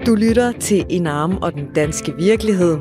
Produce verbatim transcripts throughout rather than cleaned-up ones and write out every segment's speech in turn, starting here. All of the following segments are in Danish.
Du lytter til Inam og den danske virkelighed.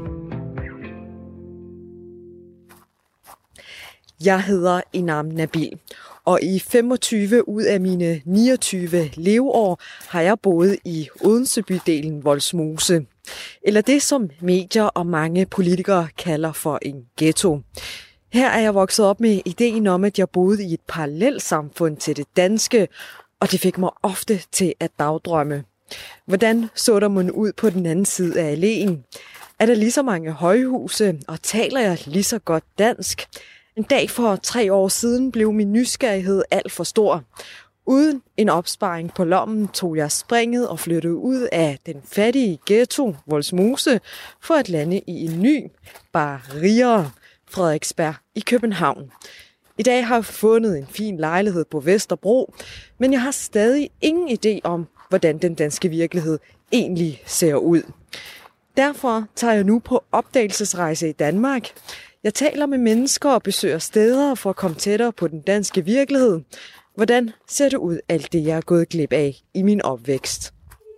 Jeg hedder Inam Nabil, og i femogtyve ud af mine niogtyve leveår har jeg boet i Odense-bydelen Vollsmose. Eller det, som medier og mange politikere kalder for en ghetto. Her er jeg vokset op med ideen om, at jeg boede i et parallelsamfund til det danske, og det fik mig ofte til at dagdrømme. Hvordan så der man ud på den anden side af alléen? Er der lige så mange højhuse, og taler jeg lige så godt dansk? En dag for tre år siden blev min nysgerrighed alt for stor. Uden en opsparing på lommen tog jeg springet og flyttede ud af den fattige ghetto Vollsmose for at lande i en ny, bare rigere Frederiksberg i København. I dag har jeg fundet en fin lejlighed på Vesterbro, men jeg har stadig ingen idé om, hvordan den danske virkelighed egentlig ser ud. Derfor tager jeg nu på opdagelsesrejse i Danmark. Jeg taler med mennesker og besøger steder for at komme tættere på den danske virkelighed. Hvordan ser det ud, alt det jeg er gået glip af i min opvækst?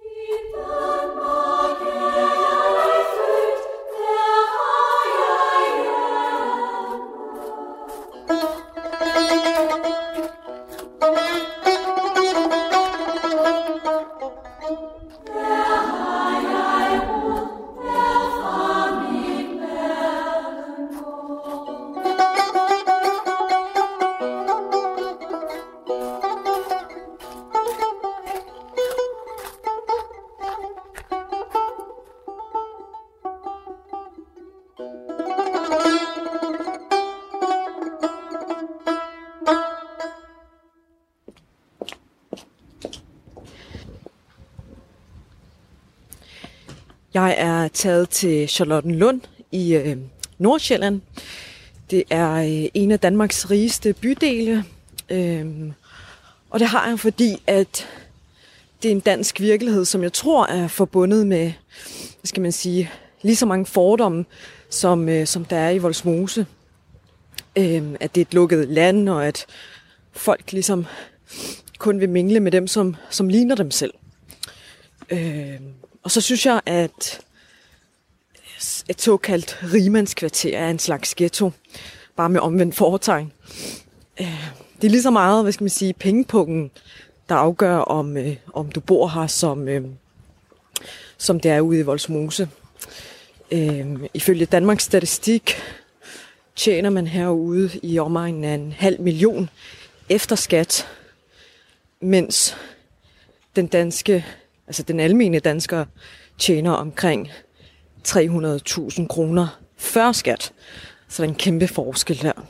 Jeg er taget til Charlottenlund i øh, Nordsjælland. Det er øh, en af Danmarks rigeste bydele. Øh, og det har jeg, fordi at det er en dansk virkelighed, som jeg tror er forbundet med, hvad skal man sige, lige så mange fordomme, som, øh, som der er i Vollsmose. Øh, at det er et lukket land, og at folk ligesom kun vil mingle med dem, som, som ligner dem selv. Øh, Og så synes jeg, at et såkaldt rigmandskvarter er en slags ghetto, bare med omvendt foretegn. Det er lige så meget, hvad skal man sige, pengepunkten, der afgør, om, om du bor her, som, som det er ude i Vollsmose. Ifølge Danmarks Statistik tjener man herude i omegnen af en halv million efter skat, mens den danske Altså den almene dansker tjener omkring tre hundrede tusind kroner før skat. Så der er en kæmpe forskel der.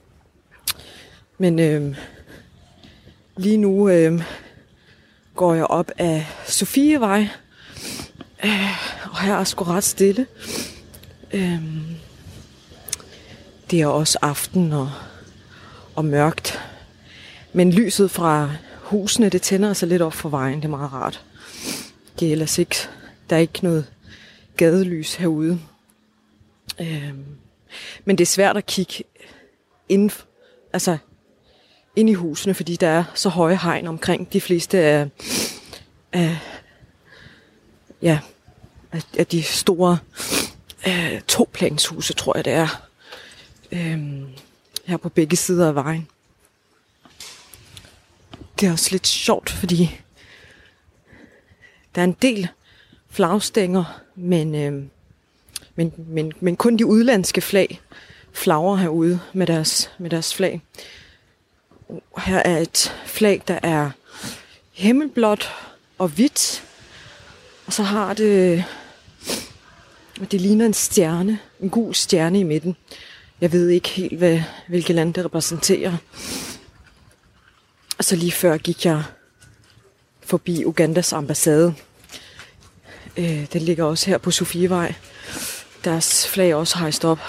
Men øh, lige nu øh, går jeg op af Sofievej. Øh, og her er sgu ret stille. Øh, det er også aften og, og mørkt. Men lyset fra husene, det tænder sig lidt op for vejen. Det er meget rart. Det er ellers ikke, der er ikke noget gadelys herude. Øhm, men det er svært at kigge ind, altså ind i husene, fordi der er så høje hegn omkring de fleste af, af, ja, af, af de store øh, toplanshuse, tror jeg det er, øhm, her på begge sider af vejen. Det er også lidt sjovt, fordi der er en del flagstænger, men, øh, men, men, men kun de udlandske flag flagrer herude med deres, med deres flag. Her er et flag, der er himmelblåt og hvidt, og så har det, det ligner en stjerne, en gul stjerne i midten. Jeg ved ikke helt, hvad, hvilket land det repræsenterer. Og så lige før gik jeg forbi Ugandas ambassade. Øh, den ligger også her på Sofievej. Deres flag er også hejst op.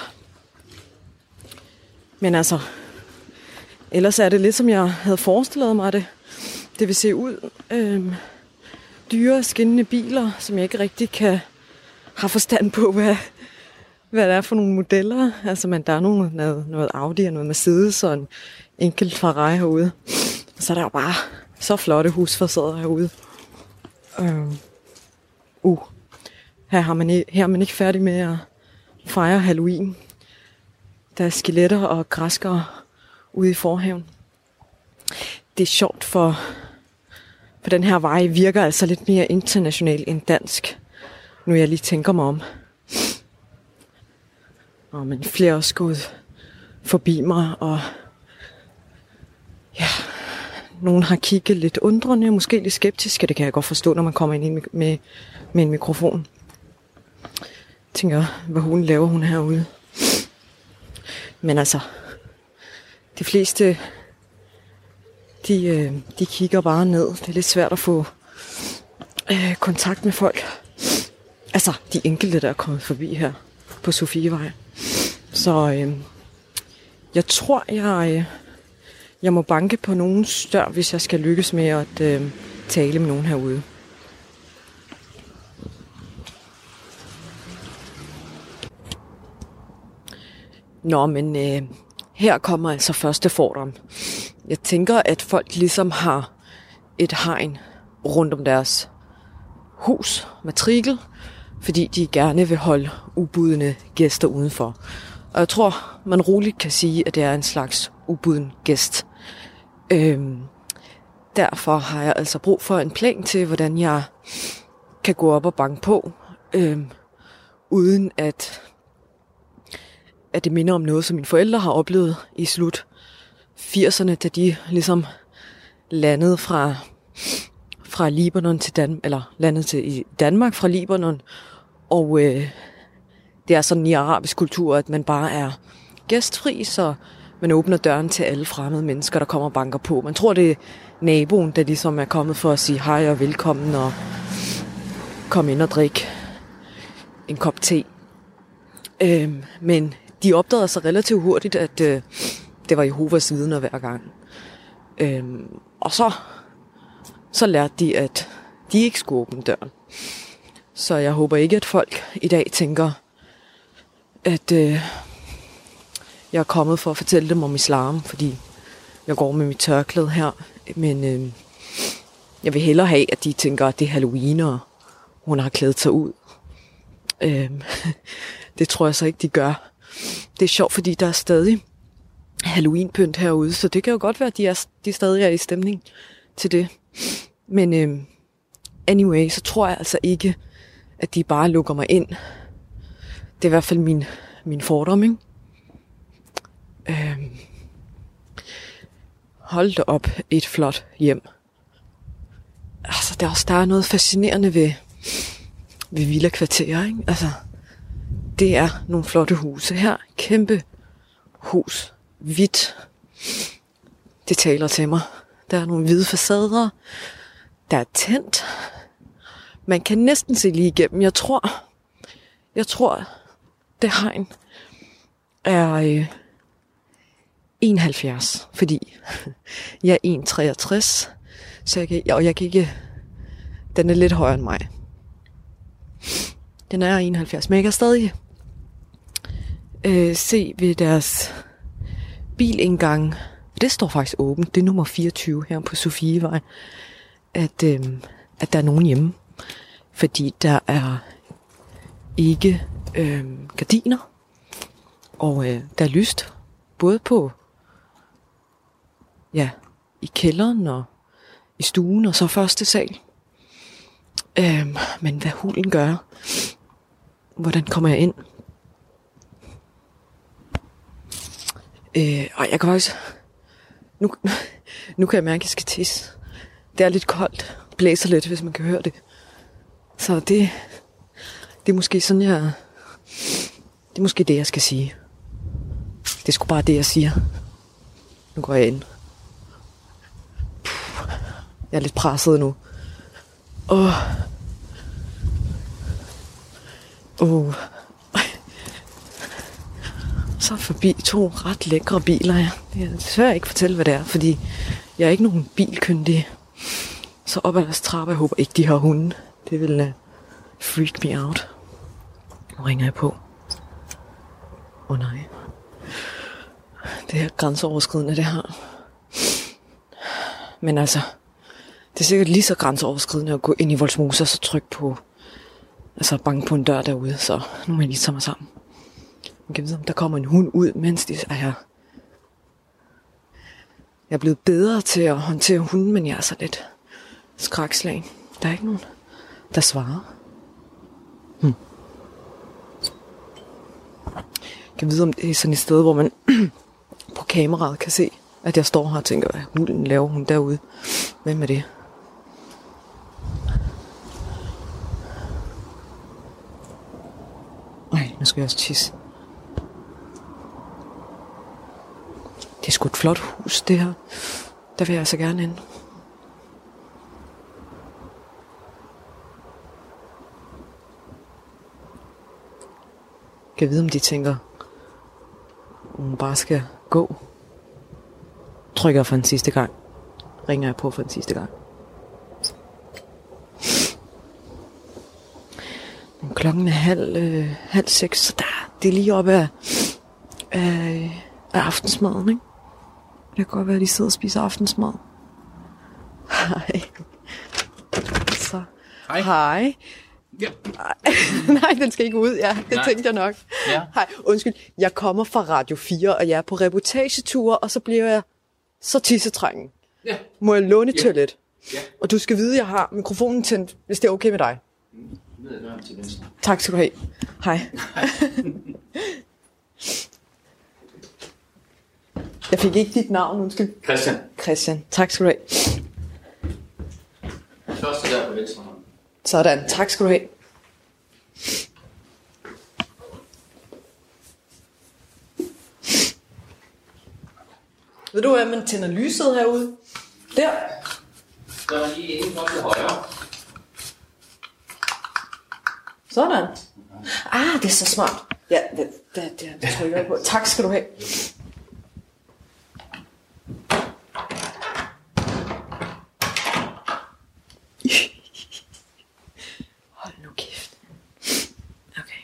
Men altså, ellers er det lidt som jeg havde forestillet mig det. Det vil se ud. Øh, dyre, skinnende biler, som jeg ikke rigtig kan have forstand på, hvad, hvad det er for nogle modeller. Altså, men der er nogle, noget, noget Audi og noget Mercedes og en enkelt Ferrari herude. Og så er der jo bare så flotte husfacader herude. Øh. uh, her, har man, her er man ikke færdig med at fejre Halloween. Der er skeletter og græskere ude i forhaven. Det er sjovt, for, for den her vej virker altså lidt mere international end dansk, nu jeg lige tænker mig om. Og men flere er også gået forbi mig, og ja, nogen har kigget lidt undrende, måske lidt skeptiske. Det kan jeg godt forstå, når man kommer ind med, med, med en mikrofon. Jeg tænker, hvad hun laver hun herude. Men altså, de fleste, de, øh, de kigger bare ned. Det er lidt svært at få øh, kontakt med folk. Altså, de enkelte, der er kommet forbi her på Sofievej. Så øh, jeg tror, jeg, øh, jeg må banke på nogens dør, hvis jeg skal lykkes med at øh, tale med nogen herude. Nå, men øh, her kommer altså første fordom. Jeg tænker, at folk ligesom har et hegn rundt om deres hus, matrikel, fordi de gerne vil holde ubudne gæster udenfor. Og jeg tror, man roligt kan sige, at det er en slags ubuden gæst. Øhm, derfor har jeg altså brug for en plan til, hvordan jeg kan gå op og banke på, øhm, uden at, at det minder om noget, som mine forældre har oplevet i slut firserne, da de ligesom landede fra, fra Libanon til Danmark, eller landede til i Danmark fra Libanon. Og øh, det er sådan i arabisk kultur, at man bare er gæstfri, så man åbner døren til alle fremmede mennesker, der kommer og banker på. Man tror, det er naboen, der ligesom er kommet for at sige hej og velkommen og komme ind og drikke en kop te. Øhm, men de opdagede så relativt hurtigt, at øh, det var Jehovas vidner hver gang. Øhm, og så, så lærte de, at de ikke skulle åbne døren. Så jeg håber ikke, at folk i dag tænker, at øh, jeg er kommet for at fortælle dem om islam, fordi jeg går med mit tørklæde her. Men øh, jeg vil hellere have, at de tænker, at det er Halloween, og hun har klædt sig ud. Øh, det tror jeg så ikke, de gør. Det er sjovt, fordi der er stadig Halloween-pynt herude, så det kan jo godt være, at de, er, de stadig er i stemning til det. Men øh, anyway, så tror jeg altså ikke, at de bare lukker mig ind. Det er i hvert fald min, min fordom, ikke? Øhm. Hold da op, et flot hjem. Altså, der er også der er noget fascinerende ved, ved villa-kvarterer, ikke? Altså, det er nogle flotte huse her. Kæmpe hus. Hvidt. Det taler til mig. Der er nogle hvide facader. Der er tændt. Man kan næsten se lige igennem. Jeg tror, jeg tror, det hegn er øh, en komma halvfjerds, fordi jeg er en komma treogtres, så jeg kan, og jeg kan ikke, den er lidt højere end mig. Den er en komma halvfjerds, men jeg kan stadig øh, se ved deres bilindgang, det står faktisk åbent, det er nummer fireogtyve her på Sofievej, at, øh, at der er nogen hjemme. Fordi der er ikke øh, gardiner, og øh, der er lyst, både på, ja, i kælderen og i stuen, og så første sal. Øh, men hvad hulen gør, hvordan kommer jeg ind? Øh, og jeg kan faktisk, nu, nu kan jeg mærke, at jeg skal tisse. Det er lidt koldt, blæser lidt, hvis man kan høre det. Så det, det er måske sådan, jeg, det er måske det, jeg skal sige. Det er sgu bare det, jeg siger. Nu går jeg ind. Puh, jeg er lidt presset nu. Åh. Åh. Så forbi to ret lækre biler. Jeg kan desværre ikke fortælle, hvad det er, fordi jeg er ikke nogen bilkyndig. Så op ad deres trappe, jeg håber ikke, de har hunde. Det vil uh, freak me out. Nu ringer jeg på. Åh oh, nej. Det er grænseoverskridende, det her. Men altså, det er sikkert lige så grænseoverskridende at gå ind i Vollsmose og så trykke på altså bange på en dør derude, så nu må jeg lige tage mig sammen. Jeg kan vide, om der kommer en hund ud, mens de er her. Jeg er blevet bedre til at håndtere hunden, men jeg er så lidt skrækslagen. Der er ikke nogen, der svarer. Hmm. Jeg kan vide, om det er sådan et sted, hvor man på kameraet kan se, at jeg står her og tænker, hvad hunden laver hun derude. Hvem er det? Ej, nu skal jeg også tisse. Det er sgu et flot hus, det her. Der vil jeg så gerne ind. Jeg kan vide, om de tænker, hun bare skal gå. Trykker for en sidste gang. Ringer jeg på for en sidste gang. Klokken er halv, øh, halv seks, så der, det er lige oppe af, af, af aftensmaden, ikke? Det kan godt være, at de sidder og spiser aftensmad. Hej. Så. Hej. Hej. Ja. Nej, den skal ikke ud. Ja, det Nej. tænkte jeg nok. Ja. Hej, undskyld. Jeg kommer fra Radio fire, og jeg er på reportagetur, og så bliver jeg så tissetrængen. Ja. Må jeg låne et Ja. toilet? Ja. Og du skal vide, at jeg har mikrofonen tændt, hvis det er okay med dig. Ned ad døren til venstre. Tak skal du have. Hej. Jeg fik ikke dit navn, undskyld. Christian. Christian. Tak skal du have. Første der på venstre hånd. Sådan. Tak skal du have. Ved du hvad, man tænder lyset herude? Der. Så er der lige inde for til højre. Sådan. Ah, det er så smart. Ja, det, det, det, det trykker jeg på. Tak skal du have. Hold nu kæft. Okay.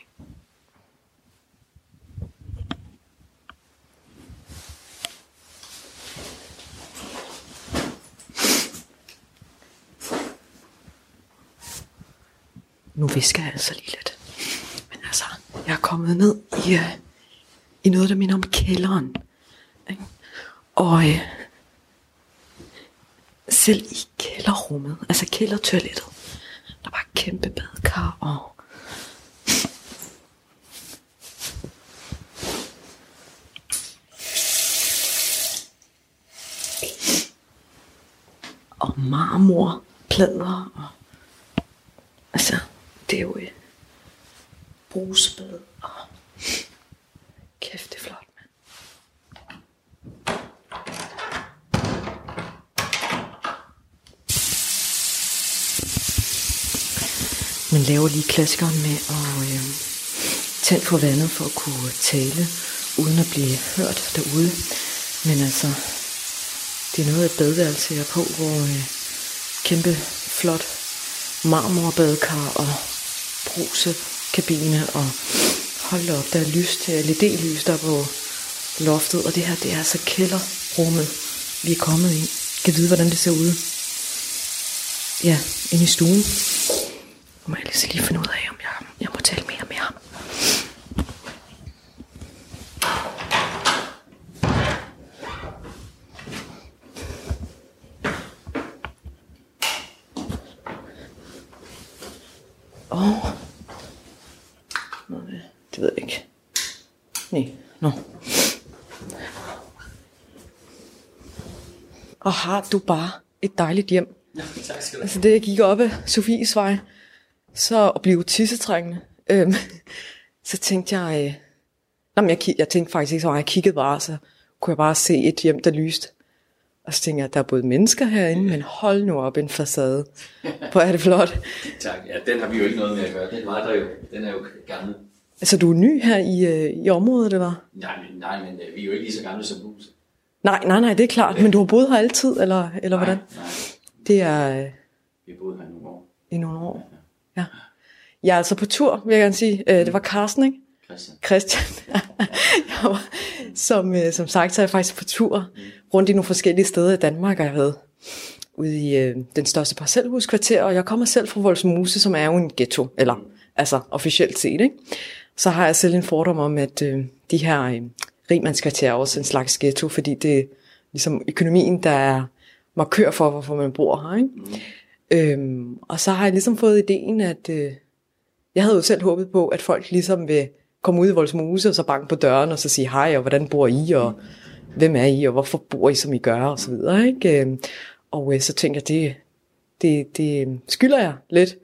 Nu visker jeg altså lige lidt. Men altså, jeg er kommet ned i, uh, i noget, der minder om kælderen. Ikke? Og uh, selv i kælderrummet, altså kældertoilettet, der var et kæmpe badekar og... og marmorplader og... Altså, det er jo et brusebad og... Kæft, det er flot, mand. Man laver lige klassikeren med at øh, tænde for vandet for at kunne tale, uden at blive hørt derude. Men altså, det er noget af et badeværelse, jeg er på, hvor øh, kæmpe flot marmorbadekar og brusekabine og hold op, der er lys til L E D-lys der på loftet, og det her, det er altså kælderrummet, vi er kommet i. Jeg kan vide, hvordan det ser ud. Ja, inde i stuen. Nu må jeg lige, lige finde ud af, om jeg, jeg må tale mere med ham. Åh. Oh. Det ved jeg ikke. Nej, nå. Og har du bare et dejligt hjem. Ja, tak skal du have. Altså det, jeg gik op ad Sofies vej, så at blive tissetrængende, øhm, så tænkte jeg, øh, nå, men jeg, jeg tænkte faktisk ikke så meget, jeg kiggede bare, så kunne jeg bare se et hjem, der lyste. Og så tænkte jeg, at der er både mennesker herinde, men hold nu op en facade. Hvor er det flot. Tak. Ja, den har vi jo ikke noget med at gøre. Den var der jo. Den er jo gammel. Altså du er ny her i, øh, i området, eller? Nej, men, nej, men øh, vi er jo ikke lige så gamle som huset. Nej, nej, nej, det er klart. Men du har boet her altid, eller, eller Nej, hvordan? nej. Det er øh, Vi har boet her i nogle år. i nogle år. Ja. Jeg er altså på tur, vil jeg gerne sige. Øh, det var Carsten, ikke? Christian. Christian. jeg var, som, øh, som sagt, så er jeg faktisk på tur rundt i nogle forskellige steder i Danmark, og jeg har været ude i øh, den største parcelhuskvarter, og jeg kommer selv fra Vollsmose, som er jo en ghetto, eller altså officielt set, ikke? Så har jeg selv en fordom om, at øh, de her øh, rigmandskvarterer er også en slags ghetto, fordi det er ligesom økonomien, der er markør for, hvorfor man bor her, ikke? Mm. Øhm, og så har jeg ligesom fået ideen, at øh, jeg havde jo selv håbet på, at folk ligesom vil komme ud i Vollsmose, og så banke på døren, og så sige hej, og hvordan bor I, og hvem er I, og hvorfor bor I, som I gør, og så videre, ikke? Øhm, og øh, så tænker jeg, det, det, det skylder jeg lidt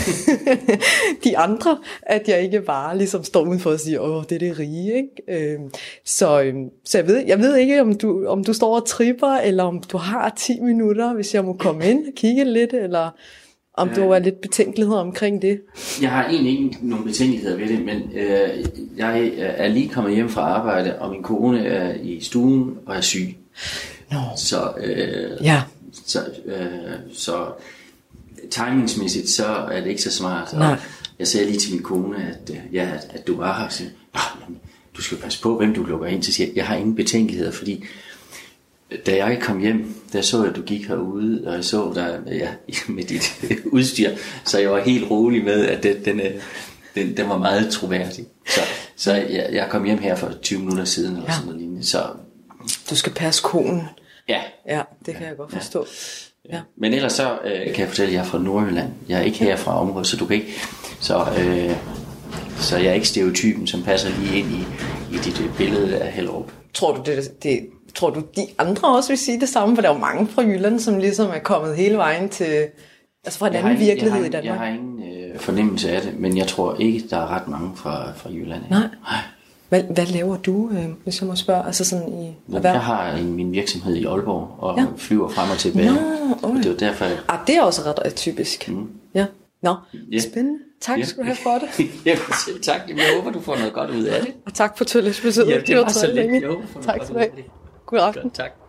de andre, at jeg ikke bare ligesom står udenfor og siger, åh, det er det rige, ikke? Øhm, så øhm, så jeg, ved, jeg ved ikke, om du, om du står og tripper, eller om du har ti minutter, hvis jeg må komme ind og kigge lidt, eller om ja. Du har lidt betænkeligheder omkring det. Jeg har egentlig ikke nogen betænkeligheder ved det, men øh, jeg er lige kommet hjem fra arbejde, og min kone er i stuen og er syg. Nå. Så, øh, ja. så, øh, så timingsmæssigt, så er det ikke så smart. Nej. Og jeg sagde lige til min kone, at, ja, at, at du var her, så du skal passe på, hvem du lukker ind til. Jeg har ingen betænkeligheder, fordi da jeg kom hjem, der så jeg, at du gik herude, og jeg så dig ja, med dit udstyr, så jeg var helt rolig med, at den, den, den, den var meget troværdig. Så, så jeg, jeg kom hjem her for tyve minutter siden, eller ja. Sådan noget lignende. Så du skal passe konen. Ja. Ja, det kan jeg godt forstå. Ja. Ja. Men ellers så øh, kan jeg fortælle, at jeg er fra Nordjylland. Jeg er ikke her fra området, så du kan ikke. Så, øh, så jeg er ikke stereotypen, som passer lige ind i, i dit billede af Hellerup. Tror du, det, det, tror du, de andre også vil sige det samme? For der er jo mange fra Jylland, som ligesom er kommet hele vejen til, altså fra en anden ingen, virkelighed har, i Danmark. Jeg har ingen øh, fornemmelse af det, men jeg tror ikke, der er ret mange fra, fra Jylland. Nej. Nej. Hvad, hvad laver du, øh, hvis jeg må spørge? Altså sådan i erhverv? Jeg har en, min virksomhed i Aalborg, og ja. Flyver frem og tilbage. Nå, okay. Og det er derfor, jeg... ah, det er også ret atypisk. Mm. Ja. Nå, ja. Spændende. Tak ja. skal du have for det. Jeg selv tak. Jeg håber, du får noget godt ud af det. Og tak for toiletbesøget. Ja, det var så lidt. Tak skal du have. God aften. Godt, tak.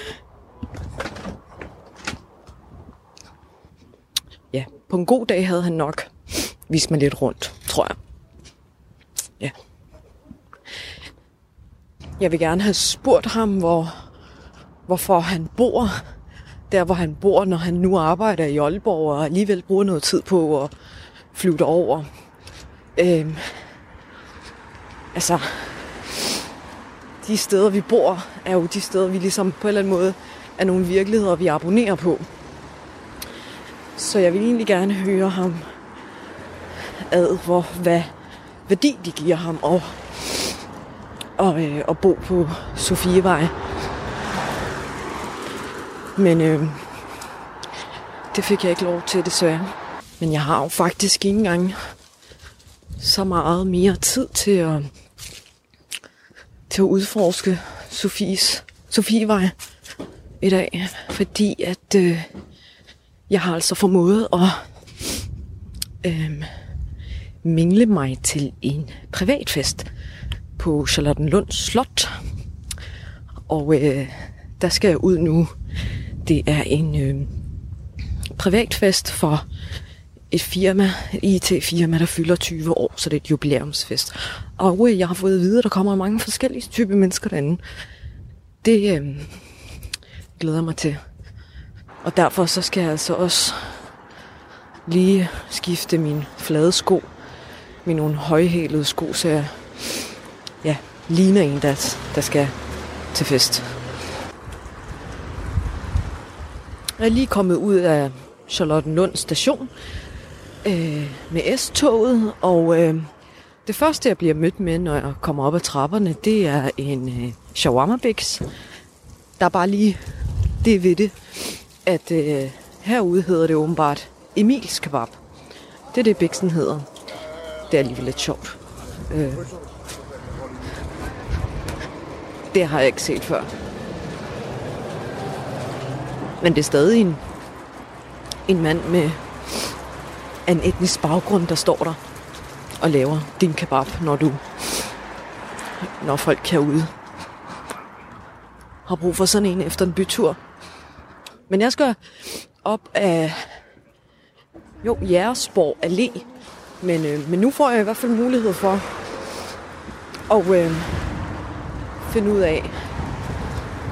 Ja, på en god dag havde han nok vist mig lidt rundt, tror jeg. Ja. Jeg vil gerne have spurgt ham, hvor, hvorfor han bor der, hvor han bor, når han nu arbejder i Aalborg, og alligevel bruger noget tid på at flyve derover. Øhm, altså, de steder, vi bor, er jo de steder, vi ligesom på en eller anden måde er nogle virkeligheder, vi abonnerer på. Så jeg vil egentlig gerne høre ham ad, hvor, hvad værdi de giver ham, og, og, øh, og bo på Sofievej. Men øh, det fik jeg ikke lov til, desværre. Men jeg har jo faktisk ikke engang så meget mere tid til at, til at udforske Sofies, Sofievej i dag. Fordi at øh, jeg har altså formået at øh, mingle mig til en privatfest på Charlottenlund Slot. Og øh, der skal jeg ud nu. Det er en øh, privatfest for et firma, et I T-firma, der fylder tyve år, så det er et jubilæumsfest. Og øh, jeg har fået at vide, at der kommer mange forskellige typer mennesker derinde. Det øh, glæder mig til. Og derfor så skal jeg altså også lige skifte mine flade sko med nogle højhælede sko, så jeg ja, ligner en, der, der skal til fest. Jeg er lige kommet ud af Charlottenlund station øh, med S-toget, og øh, det første, jeg bliver mødt med, når jeg kommer op ad trapperne, det er en øh, shawarma-biks. Der er bare lige det ved det, at øh, herude hedder det åbenbart Emils kebab. Det er det, biksen hedder. Det er alligevel lidt sjovt. Øh, det har jeg ikke set før. Men det er stadig en, en mand med en etnisk baggrund, der står der og laver din kebab, når du, når folk herude har brug for sådan en efter en bytur. Men jeg skal op af jo, Jægersborg Allé, men, øh, men nu får jeg i hvert fald mulighed for at øh, finde ud af,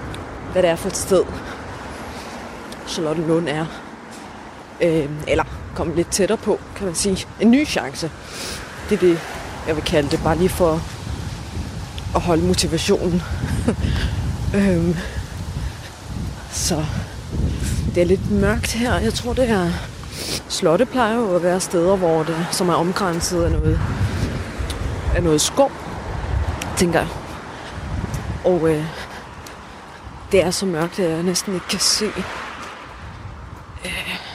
hvad det er for et sted, Charlottenlund er. Øh, eller komme lidt tættere på, kan man sige. En ny chance. Det er det, jeg vil kalde det, bare lige for at holde motivationen. øhm, så det er lidt mørkt her. Jeg tror, det er slotte plejer jo at være steder, hvor det, som er omkranset af noget, af noget skov, tænker jeg. Og øh, det er så mørkt, at jeg næsten ikke kan se. Øh.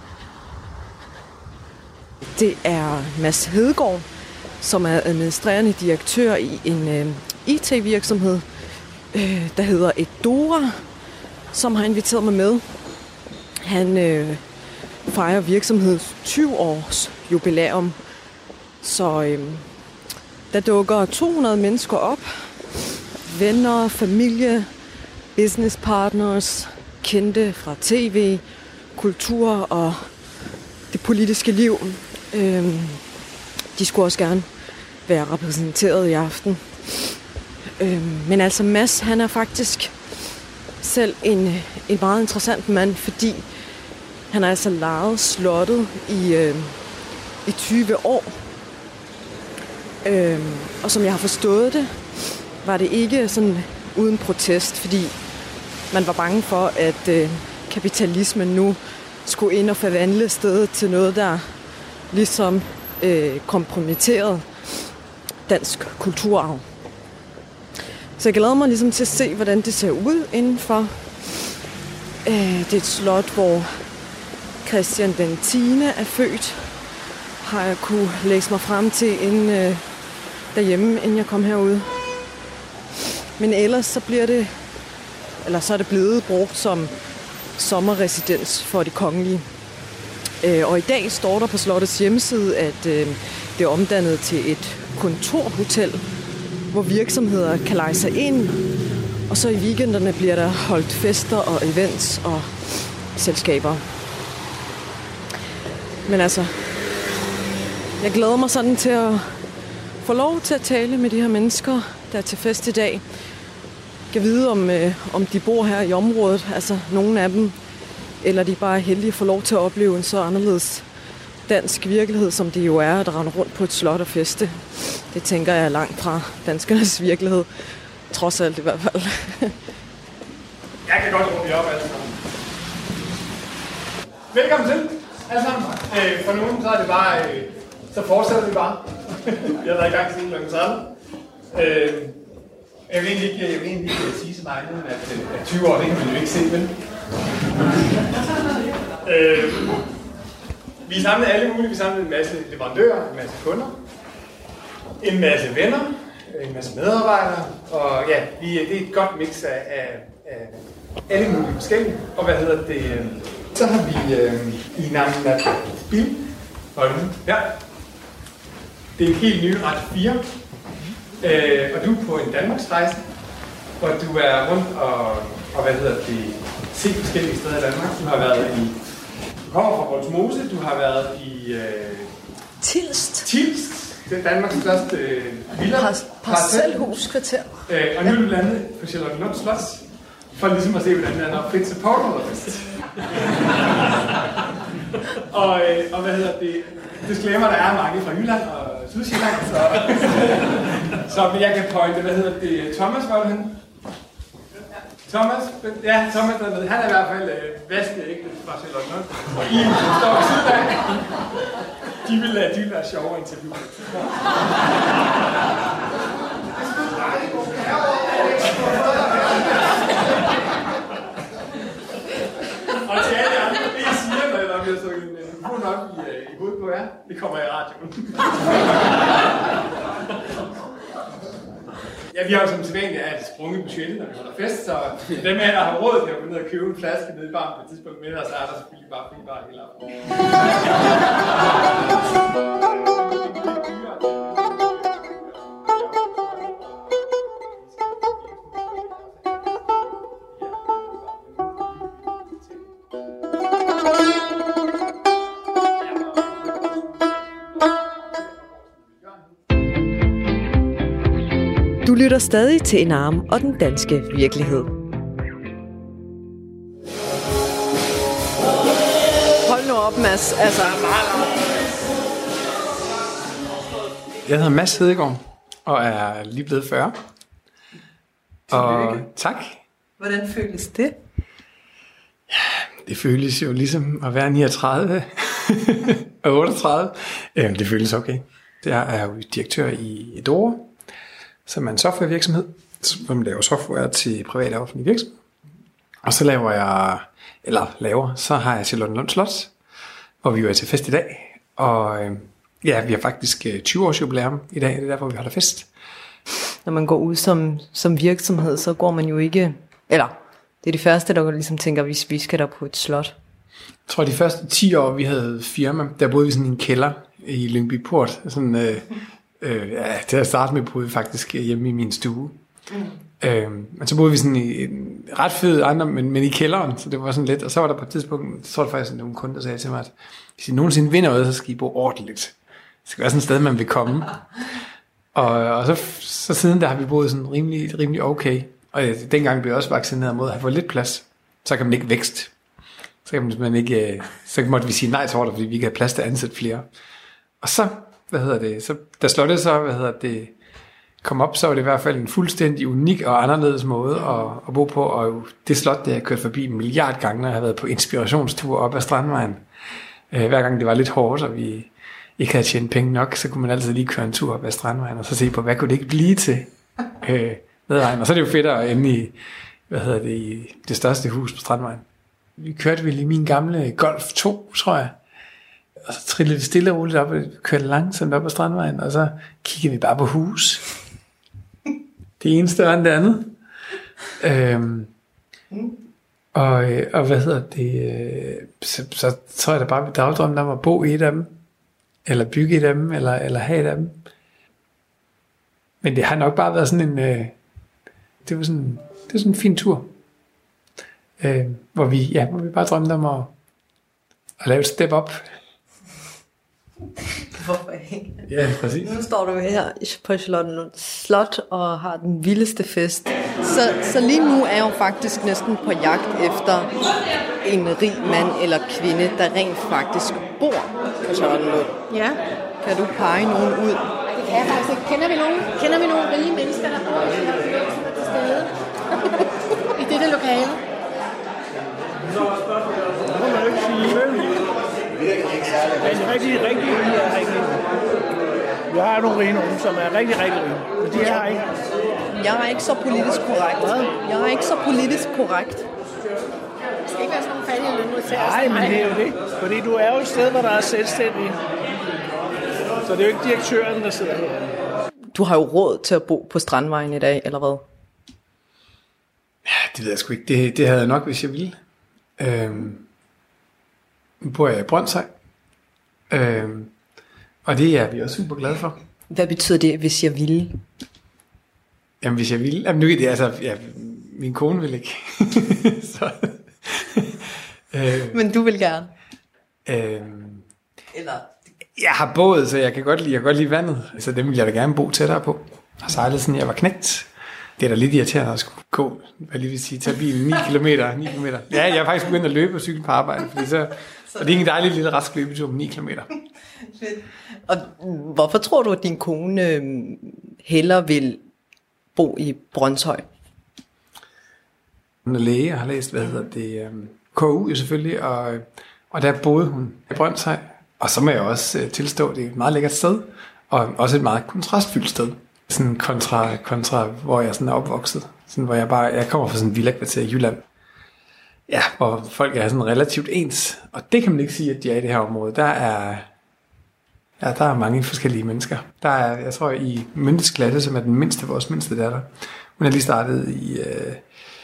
Det er Mads Hedegaard, som er administrerende direktør i en øh, I T-virksomhed, øh, der hedder Edora, som har inviteret mig med. Han øh, fejrer virksomhedens tyve års jubilæum, så øh, der dukker to hundrede mennesker op. Venner, familie, business partners, kendte fra tv, kultur og det politiske liv. Øh, de skulle også gerne være repræsenteret i aften. Øh, men altså Mads, han er faktisk selv en, en meget interessant mand, fordi han har altså lejet slottet i, øh, i tyve år. Øh, og som jeg har forstået det, var det ikke sådan uden protest, fordi man var bange for, at øh, kapitalismen nu skulle ind og forvandle stedet til noget, der ligesom øh, kompromitterede dansk kulturarv. Så jeg glæder mig ligesom til at se, hvordan det ser ud indenfor. Øh, det er et slot, hvor Christian den tiende er født, har jeg kunne læse mig frem til inden, øh, derhjemme, inden jeg kom herude. Men ellers så bliver det, eller så er det blevet brugt som sommerresidens for de kongelige. Øh, og i dag står der på slottets hjemmeside, at øh, det er omdannet til et kontorhotel, hvor virksomheder kan leje sig ind. Og så i weekenderne bliver der holdt fester og events og selskaber. Men altså, jeg glæder mig sådan til at få lov til at tale med de her mennesker, der er til fest i dag. Jeg kan vide, om, øh, om de bor her i området, altså nogle af dem, eller de bare er heldige at få lov til at opleve en så anderledes dansk virkelighed, som det jo er, at rende rundt på et slot og feste. Det tænker jeg er langt fra danskernes virkelighed. Trods alt i hvert fald. Jeg kan godt råbe jer op alle sammen. Velkommen til, alle sammen. Øh, for nogen så er det bare, øh, så fortsætter vi bare. Jeg har været i gang siden klokken tretten. Øh, jeg vil egentlig ikke, jeg vil egentlig ikke sige så meget, at, at tyve år, det kan man jo ikke se, vel? øh, vi er samlet alle mulige. Vi er samlet en masse leverandører, en masse kunder, en masse venner, en masse medarbejdere, og ja, vi, det er et godt mix af, af, af alle mulige forskellige. Og hvad hedder det? Øh, så har vi øh, i navnet af Bill. Ja. Det er en helt ny ret fire. Øh, og du er på en Danmarksrejse, hvor du er rundt og, og hvad hedder det, se forskellige steder i Danmark. Du har været i, du kommer fra Vollsmose, du har været i øh, Tilst. Tilst, det er Danmarks største øh, villa. Parcelhuskvarter. Øh, og nu er du landet på Charlottenlund Slot, for ligesom at se, hvordan det er, når Fritz og Paul holder fest. og, øh, og hvad hedder det, disclaimer, der er mange fra Jylland og Sydsjælland, så, så jeg kan pointe, hvad hedder det, Thomas, var det han? Thomas, ja, Thomas dernede, han er i hvert fald øh, vaskeægte fra Charlottenlund, og I står ved siden af. De vil, de vil være sjovere interview. Og til alle andre, det I siger, når vi har stukket en mikrofon op i, i hovedet på jer, det kommer i radioen. Ja, vi har jo som sædvanligt et sprunget budget, når vi holder fest, så dem af jer, der har råd til at gå ned og købe en flaske nede i baren på et tidspunkt med, og så er der selvfølgelig bare fri bar hele aften. Du lytter stadig til Enarm og den danske virkelighed. Hold nu op, mand. Mads. Altså. Jeg hedder Mads Hedegaard, og er lige blevet fyrre. Og tak. Hvordan føles det? Det føles jo ligesom at være niogtredive og otteogtredive. Det føles okay. Jeg er jo direktør i Edora, som er en softwarevirksomhed, som laver software til private og offentlige virksomheder. Og så laver jeg, eller laver, så har jeg Charlottenlund Slot, hvor vi jo er til fest i dag. Og ja, vi har faktisk tyve års jubilæum i dag, det er derfor, vi holder fest. Når man går ud som, som virksomhed, så går man jo ikke, eller det er de første, der ligesom tænker, hvis vi skal der på et slot. Jeg tror, de første ti år, vi havde firma, der boede vi sådan i en kælder i Lyngby Port. Sådan, øh, øh, ja, til at starte med boede vi faktisk hjemme i min stue. Mm. Øh, men så boede vi sådan i en ret fed ejendom, men, men i kælderen, så det var sådan lidt. Og så var der på et tidspunkt, så var der faktisk nogle kunder, der sagde til mig, at hvis I nogensinde vinder noget, så skal I bo ordentligt. Det skal være sådan et sted, man vil komme. og og så, så siden der har vi boet sådan rimelig, rimelig okay. Og øh, dengang blev jeg også vaccineret mod at have fået lidt plads. Så kan man ikke vækst. Så kan man ikke, øh, så måtte vi sige nej til ordre, fordi vi ikke havde plads til at ansætte flere. Og så, hvad hedder det, så da slottet så, hvad hedder det, kom op, så var det i hvert fald en fuldstændig unik og anderledes måde at, at bo på. Og det slot, det har jeg kørt forbi en milliard gange, når jeg har været på inspirationstur op ad Strandvejen. Øh, hver gang det var lidt hårdt, og vi ikke havde tjent penge nok, så kunne man altid lige køre en tur op ad Strandvejen, og så se på, hvad kunne det ikke blive til øh, Nedvejen. Og så er det jo fedt at ende i, hvad hedder det, i det største hus på Strandvejen. Vi kørte vel i min gamle Golf to, tror jeg. Og så trillede vi stille og roligt op, og kørte langsomt op ad Strandvejen, og så kiggede vi bare på hus. Det ene større end det andet. Øhm, og, og hvad hedder det, så, så tror jeg da bare, vi dagdrømte om at bo i et af dem, eller bygge et af dem, eller, eller have et af dem. Men det har nok bare været sådan en, øh, det var sådan, det var sådan en fin tur. Øh, hvor vi, ja, hvor vi bare drømte om at, at lave et step up. Hvorfor ikke? Ja, præcis. Nu står du her på Charlottenlund Slot og har den vildeste fest. Så, så lige nu er jeg jo faktisk næsten på jagt efter en rig mand eller kvinde, der rent faktisk bor på Charlottenlund. Ja. Kan du pege nogen ud? Det kan jeg faktisk ikke. Kender vi nogen, kender vi nogen rige mennesker, der bor i Charlottenlund, som er til stede i dette lokale? Det må man ikke sige, vel? Men rigtig, rigtig rige er rigtig. Vi har nogle rige nogen, som er rigtig, rigtig rige. Men de er ikke. Jeg er ikke så politisk korrekt. Jeg er ikke så politisk korrekt. Det skal ikke være sådan nogle fattige lønmodtagere. Nej, men det er jo det. Fordi du er jo et sted, hvor der er selvstændige. Så det er jo ikke direktøren, der sidder her. Du har jo råd til at bo på Strandvejen i dag, eller hvad? Ja, det ved jeg sgu ikke. Det, det havde jeg nok, hvis jeg ville. Øhm, nu bor jeg i Brøndshøj. Øhm, og det er vi også super glade for. Hvad betyder det, hvis jeg ville? Jamen, hvis jeg ville... Jamen, nu er det altså... Ja, min kone vil ikke. Så, øh, Men du vil gerne? Øh, Eller... Jeg har båd, så jeg kan godt lide, jeg kan godt lide vandet. Så dem vil jeg da gerne bo tættere på. Jeg har sejlet siden jeg var knægt. Det er da lidt irriterende at skulle gå, hvad lige vil sige, tage bilen ni kilometer. ni kilometer. Ja, jeg har faktisk begyndt at løbe og cykle på arbejde, fordi så, og det er en dejlig lille rask løbetur på ni kilometer. Og hvorfor tror du, at din kone øh, hellere vil bo i Brøndshøj? Hun er læge og har læst, hvad hedder det, um, K U jo selvfølgelig, og, og der boede hun i Brøndshøj. Og så må jeg også uh, tilstå, at det er et meget lækkert sted, og også et meget kontrastfyldt sted. Sådan kontra, kontra hvor jeg sådan er opvokset. Sådan, hvor jeg bare, jeg kommer fra sådan en villakvarter i Jylland. Ja, hvor folk er sådan relativt ens. Og det kan man ikke sige, at de er i det her område. Der er, ja, der er mange forskellige mennesker. Der er, jeg tror, i Myntes klasse, som er den mindste, vores mindste datter. Hun er lige startet i, øh,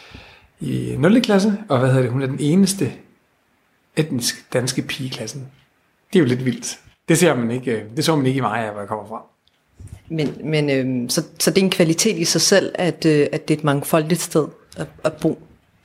i nul klasse, og hvad hedder det, hun er den eneste etnisk danske pige i klassen. Det er jo lidt vildt. Det ser man ikke, det så man ikke i mig, hvor jeg kommer fra. Men, men øh, så, så det er en kvalitet i sig selv, at, øh, at det er et mangfoldigt sted at, at bo?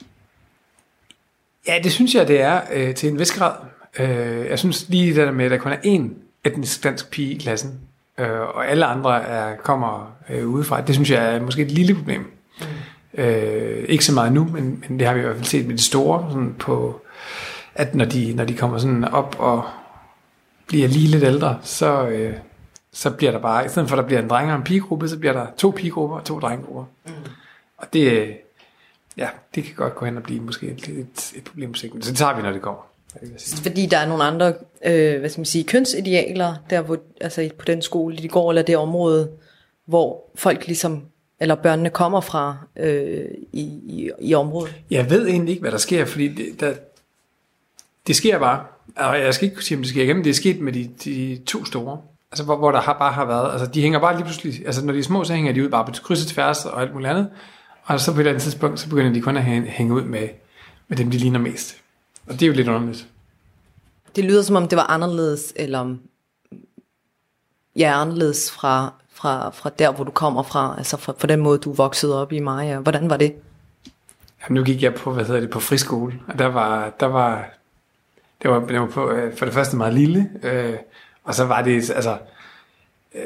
Ja, det synes jeg, det er øh, til en vis grad. Øh, jeg synes lige det der med, at der kun er én etnisk dansk pige i klassen, øh, og alle andre er, kommer øh, udefra, det synes jeg er måske et lille problem. Mm. Øh, ikke så meget nu, men, men det har vi i hvert fald set med det store, sådan på at når de, når de kommer sådan op og bliver lige lidt ældre, så, øh, så bliver der bare, i stedet for at der bliver en dreng- og en pigegruppe, så bliver der to pigegrupper og to drengegrupper. Mm. Og det, ja, det kan godt gå hen og blive måske et, et, et problem på sigt, så det tager vi, når det kommer. Fordi der er nogle andre, øh, hvad skal man sige, kønsidealer, der hvor, altså på den skole, de går, eller det område, hvor folk ligesom, eller børnene kommer fra øh, i, i, i området. Jeg ved egentlig ikke, hvad der sker, fordi det, der, det sker bare, og jeg skal ikke kunne sige, om det sker igen, det er sket med de, de to store, altså hvor, hvor der har, bare har været, altså de hænger bare lige pludselig, altså når de er små, så hænger de ud bare på kryds og tværs og alt muligt andet, og så på et andet tidspunkt, så begynder de kun at hænge, hænge ud med, med dem, de ligner mest. Og det er jo lidt underligt. Det lyder som om det var anderledes, eller ja, anderledes fra, fra, fra der, hvor du kommer fra, altså fra, fra den måde, du voksede op i Maja. Hvordan var det? Ja, nu gik jeg på, hvad hedder det, på friskole, og der var, der var, det var, det var på, for det første meget lille, øh, og så var det, altså, øh,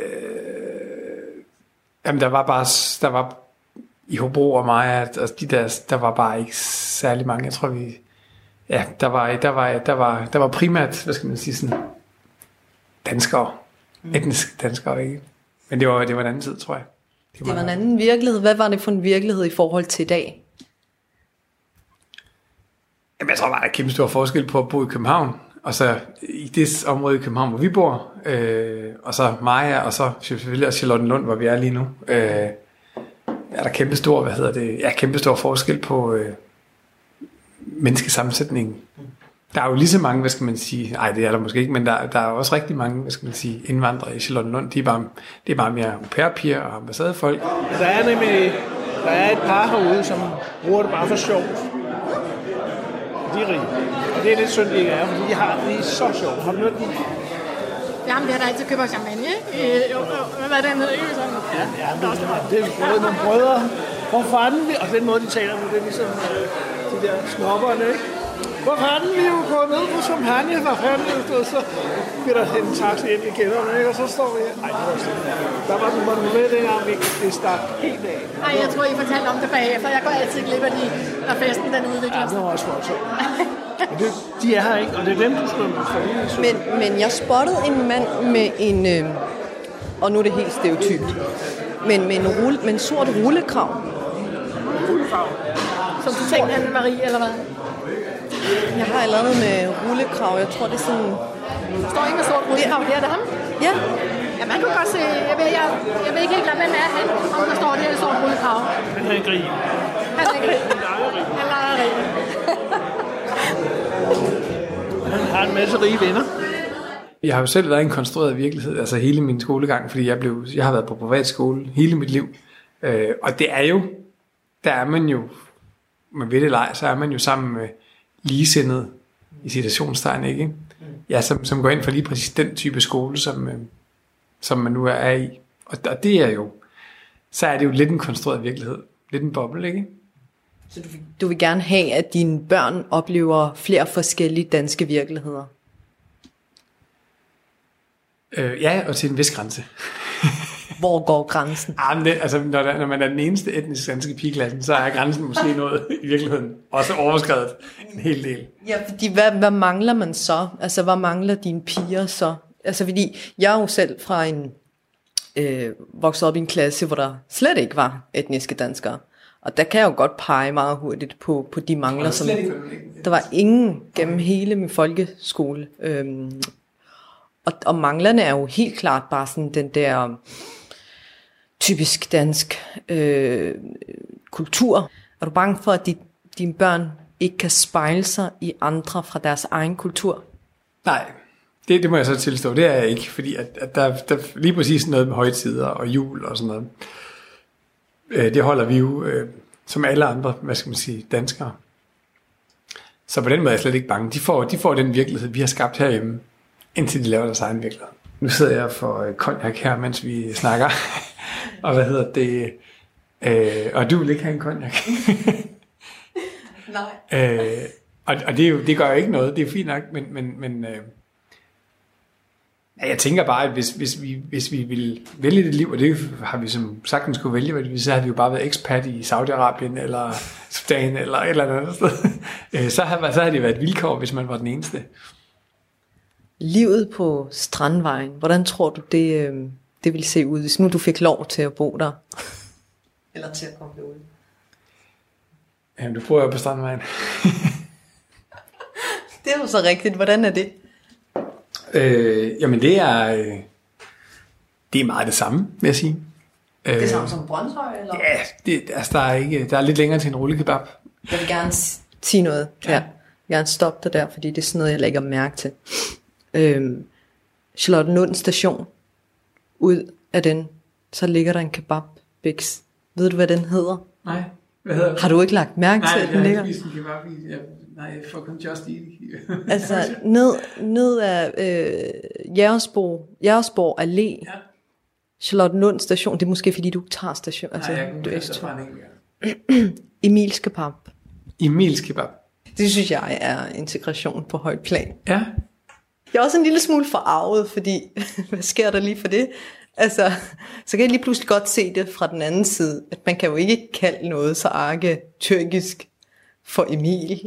jamen der var bare, der var i Hobro og Maja, altså de der, der var bare ikke særlig mange, jeg tror vi, ja, der var, der var, der var, der var primært, hvad skal man sige, sådan danskere, mm. etniske danskere, ikke? Men det var, det var en anden tid, tror jeg. Det var, det var en anden virkelighed. Hvad var det for en virkelighed i forhold til i dag? Jamen, jeg tror bare, der er kæmpe stor forskel på at bo i København, og så i det område i København, hvor vi bor, øh, og så Maja, og så selvfølgelig også Charlottenlund, hvor vi er lige nu. Øh, er der kæmpe stor, hvad hedder det, ja, kæmpe stor forskel på øh, menneskesammensætningen. Der er jo lige så mange, hvad skal man sige, nej, det er der måske ikke, men der, der er også rigtig mange, hvad skal man sige, indvandrere i Charlottenlund. De er bare, det er bare mere au pair-piger og ambassadefolk. Der er nemlig, der er et par herude, som bruger det bare for sjov. De er rige. Og det er lidt synd, de ikke er, fordi de har det er så sjovt. Har du mødt dem? Jamen, det er der altid køber champagne, ikke? Hvad er det, han hedder, ikke? Sådan. Ja, ja, det, det er både nogle brødre. Hvor fanden vi, og den måde, de taler med, det er ligesom de der snobberne, ikke? Hvor fanden vi jo gået ned på champagne, hvor fanden det så bliver der en taxi ind i kælderen, ikke? Og så står vi her. Ej, det var sådan. Der var man med dengang, det stak helt af. Nej, jeg tror, I fortalte om det bagefter. Jeg går altid glip af de, når festen den udvikler. Ja, det var også voldsomt. Det, de er her ikke, og det er dem, du skal med. Men, men jeg spottede en mand med en, øh, og nu er det helt stereotypt, men med en, rulle, med en sort rullekrav. Rullekrav? Som du tænkte, Anne-Marie, eller hvad? Jeg har lavet med rullekrav, jeg tror det er sådan... Der står ikke med sort rullekrav, det er det ham? Ja. Ja, man kan godt se, jeg ved, jeg, jeg ved ikke helt, hvem er han, om der står det, der sort rullekrav. Han er en grig. Han er en grig. Han leger rig. Han har en masse rige venner. Jeg har jo selv været i en konstrueret virkelighed, altså hele min skolegang, fordi jeg, blev, jeg har været på privatskole hele mit liv. Øh, og det er jo, der er man jo, man ved det eller ej, så er man jo sammen med ligesindede i citationstegn, ikke? Ja, som, som går ind for lige præcis den type skole, som, øh, som man nu er i. Og, og det er jo, så er det jo lidt en konstrueret virkelighed. Lidt en boble, ikke? Så du, du vil gerne have, at dine børn oplever flere forskellige danske virkeligheder? Øh, ja, og til en vis grænse. Hvor går grænsen? Ah, det, altså, når, der, når man er den eneste etnisk danske pigeklassen, så er grænsen måske noget i virkeligheden også overskredet en hel del. Ja, fordi hvad, hvad mangler man så? Altså, hvad mangler dine piger så? Altså, fordi jeg er jo selv fra en, øh, vokset op i en klasse, hvor der slet ikke var etniske danskere. Og der kan jeg jo godt pege meget hurtigt på, på de mangler, som... Der var ingen gennem hele min folkeskole. Øhm, og, og manglerne er jo helt klart bare sådan den der typisk dansk øh, kultur. Er du bange for, at de, dine børn ikke kan spejle sig i andre fra deres egen kultur? Nej, det, det må jeg så tilstå. Det er jeg ikke, fordi at, at der, der lige præcis noget med højtider og jul og sådan noget. Øh, det holder vi jo øh, som alle andre, hvad skal man sige, danskere. Så på den måde er jeg slet ikke bange. De får, de får den virkelighed, vi har skabt herhjemme, indtil de laver deres egen virkelighed. Nu sidder jeg for cognac her, mens vi snakker. Og hvad hedder det? Øh, og du vil ikke have en cognac? Nej. øh, og og det, er jo, det gør jo ikke noget, det er fint nok, men, men, men øh, Ja, jeg tænker bare, at hvis, hvis, vi, hvis vi ville vælge det liv, og det har vi som sagtens kunne vælge, så havde vi jo bare været ekspat i Saudi-Arabien, eller Sudan, eller et eller andet sted. Så havde, så havde det været et vilkår, hvis man var den eneste. Livet på Strandvejen, hvordan tror du, det, det ville se ud, hvis nu du fik lov til at bo der? Eller til at komme derud? Jamen, du bor jo på Strandvejen. Det er jo så rigtigt. Hvordan er det? Øh, jamen, det er, øh, det er meget det samme, vil jeg sige. Det er samme som Brøndshøj, eller? Ja, det, altså, der, er ikke, der er lidt længere til en rullekebab. Jeg vil gerne sige noget her. Jeg vil gerne stoppe dig der, fordi det er sådan noget, jeg lægger mærke til. Øhm, Charlottenlund station, ud af den, så ligger der en kebabbiks. Ved du, hvad den hedder? Nej, hvad hedder det? Har du ikke lagt mærke Nej, til, at den ligger? Nej, jeg har ikke spist en kebab. Jeg, nej, jeg får kun just eat. Altså, ned, ned af øh, Jægersborg, Jægersborg Allé, ja. Charlottenlund station, det er måske fordi, du tager station. Altså, nej, jeg kunne du ikke fra en Emils kebab. Emils kebab. Det synes jeg er integration på højt plan. Ja. Jeg er også en lille smule forarvet, fordi, hvad sker der lige for det? Altså, så kan jeg lige pludselig godt se det fra den anden side, at man kan jo ikke kalde noget så arke tyrkisk for Emil.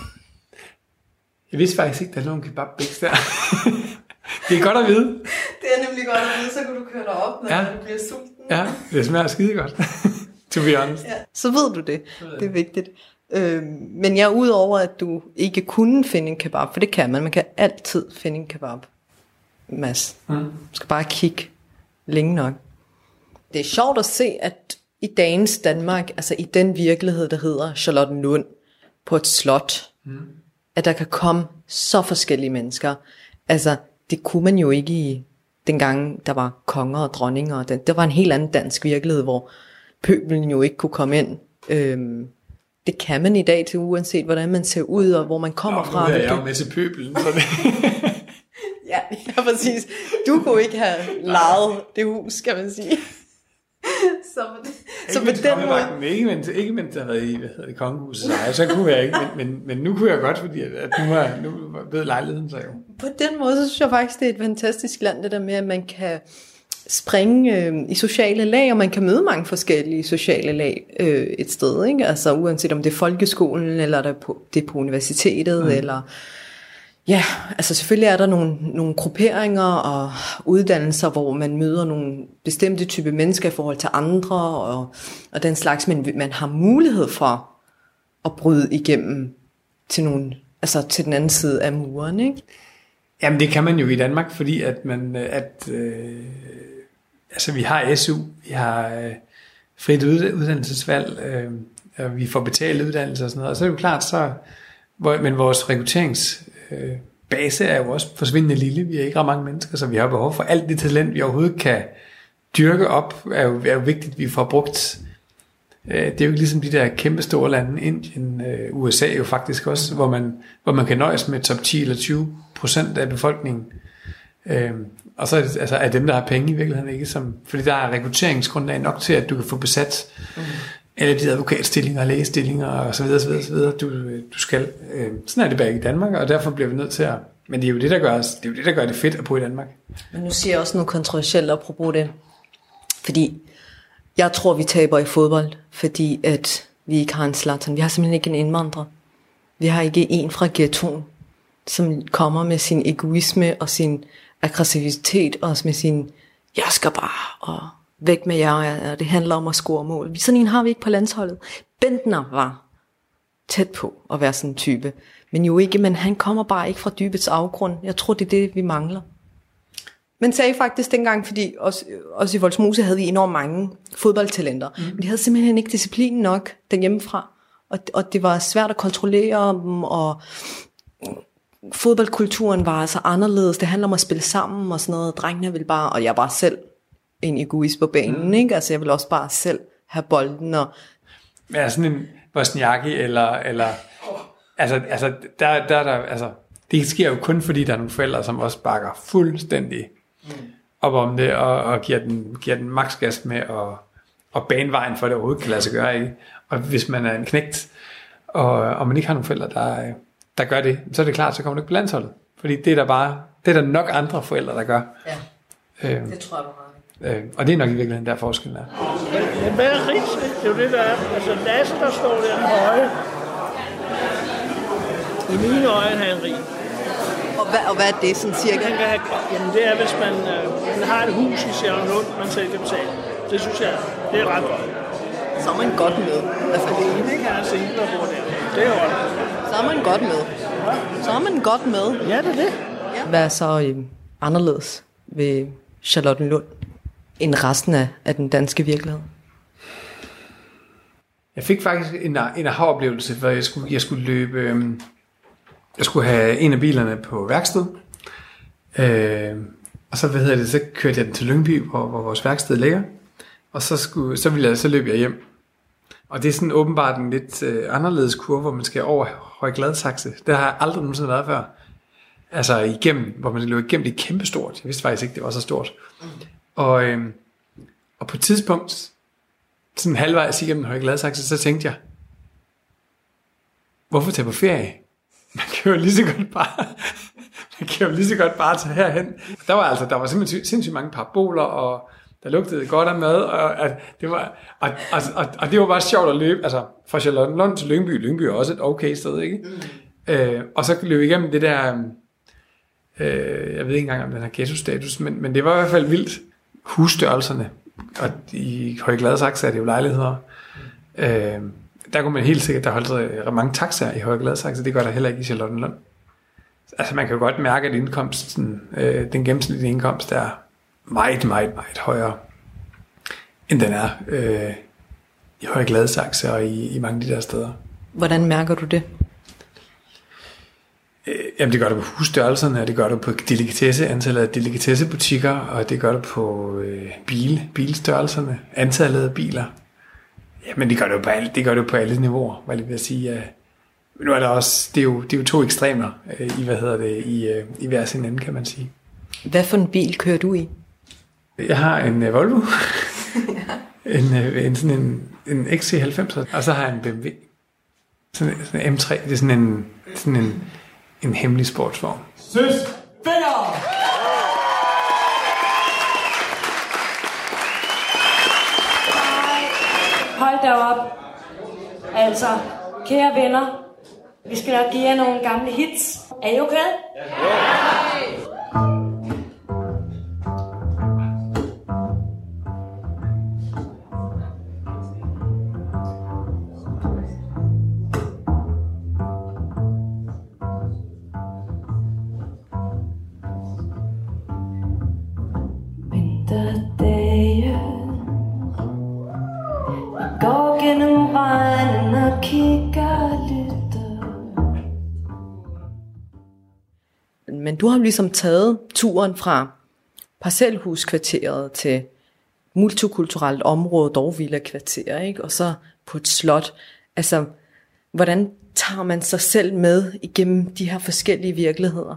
Jeg vidste faktisk ikke, der er nogen kebabbiks der. Det er godt at vide. Det er nemlig godt at vide, så kan du køre dig op, når ja. du bliver sulten. Ja, det smager skide godt. To be honest. Ja, så ved du det. Det er vigtigt. Øh, men jeg er udover, at du ikke kunne finde en kebab, for det kan man. Man kan altid finde en kebab. Mads. Mm. Du skal bare kigge længe nok. Det er sjovt at se, at i dagens Danmark, altså i den virkelighed, der hedder Charlottenlund, på et slot, mm. at der kan komme så forskellige mennesker. Altså, det kunne man jo ikke i dengang, der var konger og dronninger. Og den, der var en helt anden dansk virkelighed, hvor pøbelen jo ikke kunne komme ind. Øhm, det kan man i dag til, uanset hvordan man ser ud, og hvor man kommer Nå, fra. Nu er jeg jo med til pøbelen. Så det... ja, ja, præcis. Du kunne ikke have lejet det hus, kan man sige. Så, så på den måde... Ikke mens, ikke mens der har været i, hvad hedder det, kongehuset, så, så kunne jeg ikke, men, men, men nu kunne jeg godt, fordi at, at nu, er, nu ved lejligheden sig jo. På den måde, så synes jeg faktisk, det er et fantastisk land, det der med, at man kan springe øh, i sociale lag, og man kan møde mange forskellige sociale lag øh, et sted, ikke? Altså uanset om det er folkeskolen, eller det er på, det er på universitetet, mm. eller... Ja, altså selvfølgelig er der nogle, nogle grupperinger og uddannelser, hvor man møder nogle bestemte type mennesker i forhold til andre, og, og den slags, men man har mulighed for at bryde igennem til, nogle, altså til den anden side af muren, ikke? Jamen det kan man jo i Danmark, fordi at, man, at øh, altså vi har S U, vi har øh, frit uddannelsesvalg, øh, og vi får betalt uddannelse og sådan noget, og så er det jo klart, så, hvor, men vores rekrutterings Øh, base er jo også forsvindende lille. Vi er ikke ret mange mennesker, så vi har behov for alt det talent, vi overhovedet kan dyrke op, er jo, er jo vigtigt, at vi får brugt. Øh, det er jo ikke ligesom de der kæmpe store lande, Indien, øh, U S A jo faktisk også, hvor man, hvor man kan nøjes med top ti eller tyve procent af befolkningen. Øh, og så er det, altså, er dem, der har penge i virkeligheden ikke, som, fordi der er rekrutteringsgrundlag nok til, at du kan få besat mm. alle de advokatstillinger, lægestillinger og så videre, så videre, så videre. Du, du skal. Øh, sådan er det bare ikke i Danmark, og derfor bliver vi nødt til at... Men det er jo det, der gør, det, er jo det, der gør det fedt at bo i Danmark. Men nu siger jeg også noget kontroversielt apropos det. Fordi jeg tror, vi taber i fodbold, fordi at vi ikke har en Zlatan. Vi har simpelthen ikke en indvandrer. Vi har ikke en fra ghettoen, som kommer med sin egoisme og sin aggressivitet, og med sin, jeg skal bare... og væk med jer, og det handler om at score mål. Sådan en har vi ikke på landsholdet. Bentner var tæt på at være sådan en type, men jo ikke, men han kommer bare ikke fra dybets afgrund. Jeg tror, det er det, vi mangler. Men sagde faktisk dengang, fordi også, også i Vollsmose havde vi enormt mange fodboldtalenter, mm. men de havde simpelthen ikke disciplin nok derhjemmefra, og, og det var svært at kontrollere dem, og fodboldkulturen var altså anderledes. Det handler om at spille sammen og sådan noget. Drengene ville bare, og jeg var selv en egoist på banen, mm. ikke? Altså jeg vil også bare selv have bolden og... Ja, sådan en Wozniacki eller... eller altså, altså, der, der, der, altså, det sker jo kun fordi, der er nogle forældre, som også bakker fuldstændig mm. op om det, og, og giver den, giver den maksgas med at, at bane vejen for, at det overhovedet kan lade sig gøre, ikke? Og hvis man er en knægt, og, og man ikke har nogle forældre, der, der gør det, så er det klart, så kommer du ikke på landsholdet. Fordi det er der bare... Det er der nok andre forældre, der gør. Øh, Det tror jeg, du har. øh, og det er nok i virkeligheden, der forskellen er. Men hvad er ris? Det er jo det, der er. Altså Lasse, der står der den høje. I mine øjne har en rig. Og hvad, og hvad er det sådan cirka? Man kan have, jamen det er, hvis man, øh, man har et hus i Charlottenlund, man selv kan betale. Det synes jeg, det er ret godt. Så er man godt med. Altså, Det ene kan have singler på der. Det er godt. så er man godt med. Så er man godt med. Ja, det er det. Hvad er så øh, anderledes ved Charlottenlund end resten af, af den danske virkelighed? Jeg fik faktisk en, en aha-oplevelse, hvor jeg skulle, jeg skulle løbe... Øh, jeg skulle have en af bilerne på værksted. Øh, og så, hvad hedder det, så kørte jeg den til Lyngby, hvor, hvor vores værksted ligger. Og så, skulle, så, ville jeg, så løb jeg hjem. Og det er sådan åbenbart en lidt øh, anderledes kurve, hvor man skal over Høje-Gladsaxe. Det har jeg aldrig nogensinde været før. Altså igennem, hvor man løber igennem, det er kæmpestort. Jeg vidste faktisk ikke, det var så stort. Og, øh, og på et tidspunkt, sådan halvvejs igennem Høje-Gladsaxe, så tænkte jeg, hvorfor tage på ferie? Man kan jo lige så godt bare, man kan jo lige så godt bare tage herhen. Der var altså, der var simpelthen sindssygt mange paraboler, og der lugtede godt af mad, og, at det var, og, og, og, og det var bare sjovt at løbe, altså fra Charlottenlund til Lyngby. Lyngby er også et okay sted, ikke? Mm. Øh, og så løb igennem det der, øh, jeg ved ikke engang, om den har ghetto-status, men, men det var i hvert fald vildt. Husstørrelserne, og i Høje-Gladsaxe er det jo lejligheder. Mm. Øh, der kunne man helt sikkert, der holdt mange taxaer i Høje-Gladsaxe, det gør der heller ikke i Charlottenlund. Altså man kan jo godt mærke, at indkomsten, øh, den gennemsnitlige indkomst er meget, meget, meget højere, end den er øh, i Høje-Gladsaxe og i, i mange af de der steder. Hvordan mærker du det? Øh, jamen det gør du på husstørrelserne, og det gør du på delikatesse, antallet af delikatessebutikker, og det gør du på øh, bil, bilstørrelserne, antallet af biler. Ja, men det gør det jo på alle, det gør det jo på alle niveauer, hvad jeg vil sige. Uh, nu er der også, det er jo, det er jo to ekstremer uh, i, hvad hedder det, i, uh, i hver sin ende, kan man sige. Hvad for en bil kører du i? Jeg har en uh, Volvo, en, uh, en, sådan en, en X C halvfems, og så har jeg en B M W. Sådan, sådan en M tre, det er sådan en, sådan en, en hemmelig sportsvogn. Søs, vinder! Hold da op. Altså, kære venner, vi skal nok give jer nogle gamle hits. Er I okay? Ja. Vinterdage går gennem regnen og kigger lidt. Men du har ligesom taget turen fra parcelhuskvarteret til multikulturelt område, dog villa-kvarter, ikke? Og så på et slot. Altså, hvordan tager man sig selv med igennem de her forskellige virkeligheder?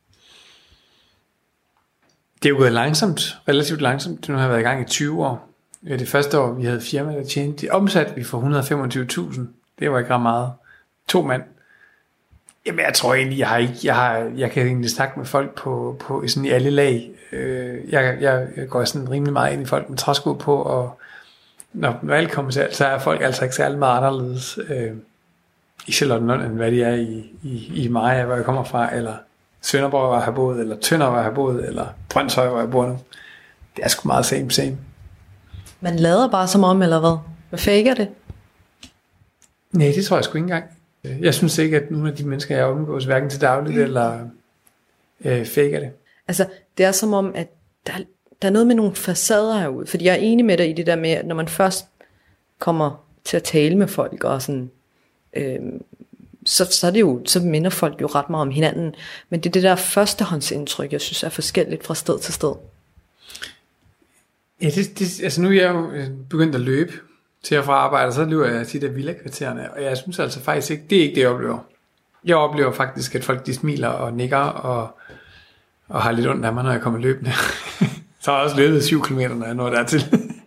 Det er jo gået langsomt, relativt langsomt. Nu har jeg været i gang i tyve år. Det første år, vi havde firma, der tjente, de omsatte vi for et hundrede og femogtyve tusind. Det var ikke ret meget. To mand. Jamen, jeg tror egentlig, jeg har ikke, jeg har, jeg kan egentlig snakke med folk på, på sådan i alle lag. Jeg, jeg, jeg går sådan rimelig meget ind i folk med træsko på, og når, når alt kommer til alt, så er folk altså ikke særlig meget anderledes øh, i Charlottenlund, end hvad de er i, i, i Maja, hvor jeg kommer fra, eller Sønderborg, hvor jeg har boet, eller Tønder, hvor jeg har boet, eller Brøndshøj, hvor jeg bor nu. Det er sgu meget same, same. Man lader bare som om, eller hvad? Hvad faker det? Nej, det tror jeg sgu ikke engang. Jeg synes ikke, at nogle af de mennesker, jeg omgås, hverken til dagligt mm. eller øh, faker det. Altså, det er som om, at der, der er noget med nogle facader herude. Fordi jeg er enig med dig i det der med, at når man først kommer til at tale med folk, og sådan, øh, så, så, er det jo, så minder folk jo ret meget om hinanden. Men det er det der førstehåndsindtryk, jeg synes er forskelligt fra sted til sted. Ja, det, det, altså nu er jeg jo begyndt at løbe til at fra arbejde, og så løber jeg til de der villa-kvartererne, og jeg synes altså faktisk ikke, det er ikke det, jeg oplever. Jeg oplever faktisk, at folk de smiler og nikker, og, og har lidt ondt af mig, når jeg kommer løbende. Så har jeg også løbet syv kilometer, når jeg når dertil.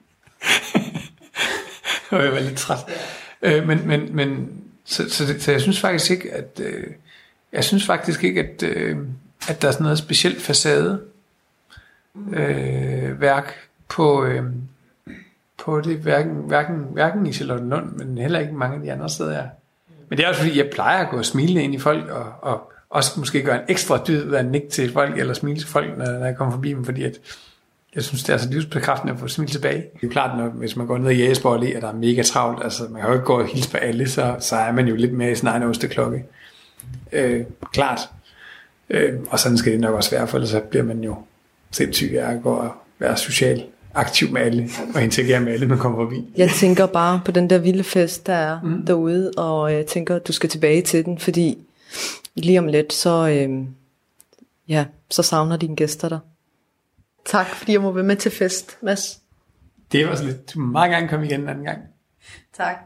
Og jeg var lidt træt. Øh, men, men, men så, så, så jeg synes faktisk ikke, at øh, jeg synes faktisk ikke, at, øh, at der er sådan noget specielt facade. øh, værk på, øh, på det, hverken, hverken, hverken i Charlottenlund, men heller ikke mange af de andre steder. Men det er også fordi, jeg plejer at gå smilende ind i folk, og, og også måske gøre en ekstra dyd ud af en nik til folk, eller smile til folk, når, når jeg kommer forbi dem, fordi at jeg synes, det er så livsbekræftende at få smil tilbage. Det er jo klart, når, hvis man går ned i Jægersborg Allé, og der er mega travlt, altså man kan jo ikke gå og hilse på alle, så, så er man jo lidt mere i sin egen osteklokke. Øh, klart. Øh, og sådan skal det nok også være, for ellers så bliver man jo sindssyg af at gå og være social aktiv med alle, og interagere med alle, man kommer forbi. Jeg tænker bare på den der vilde fest, der er mm. derude, og jeg tænker, at du skal tilbage til den, fordi lige om lidt, så, øh, ja, så savner dine gæster dig. Tak, fordi jeg må være med til fest, Mads. Det var så lidt. Du må meget gerne komme igen en anden gang. Tak.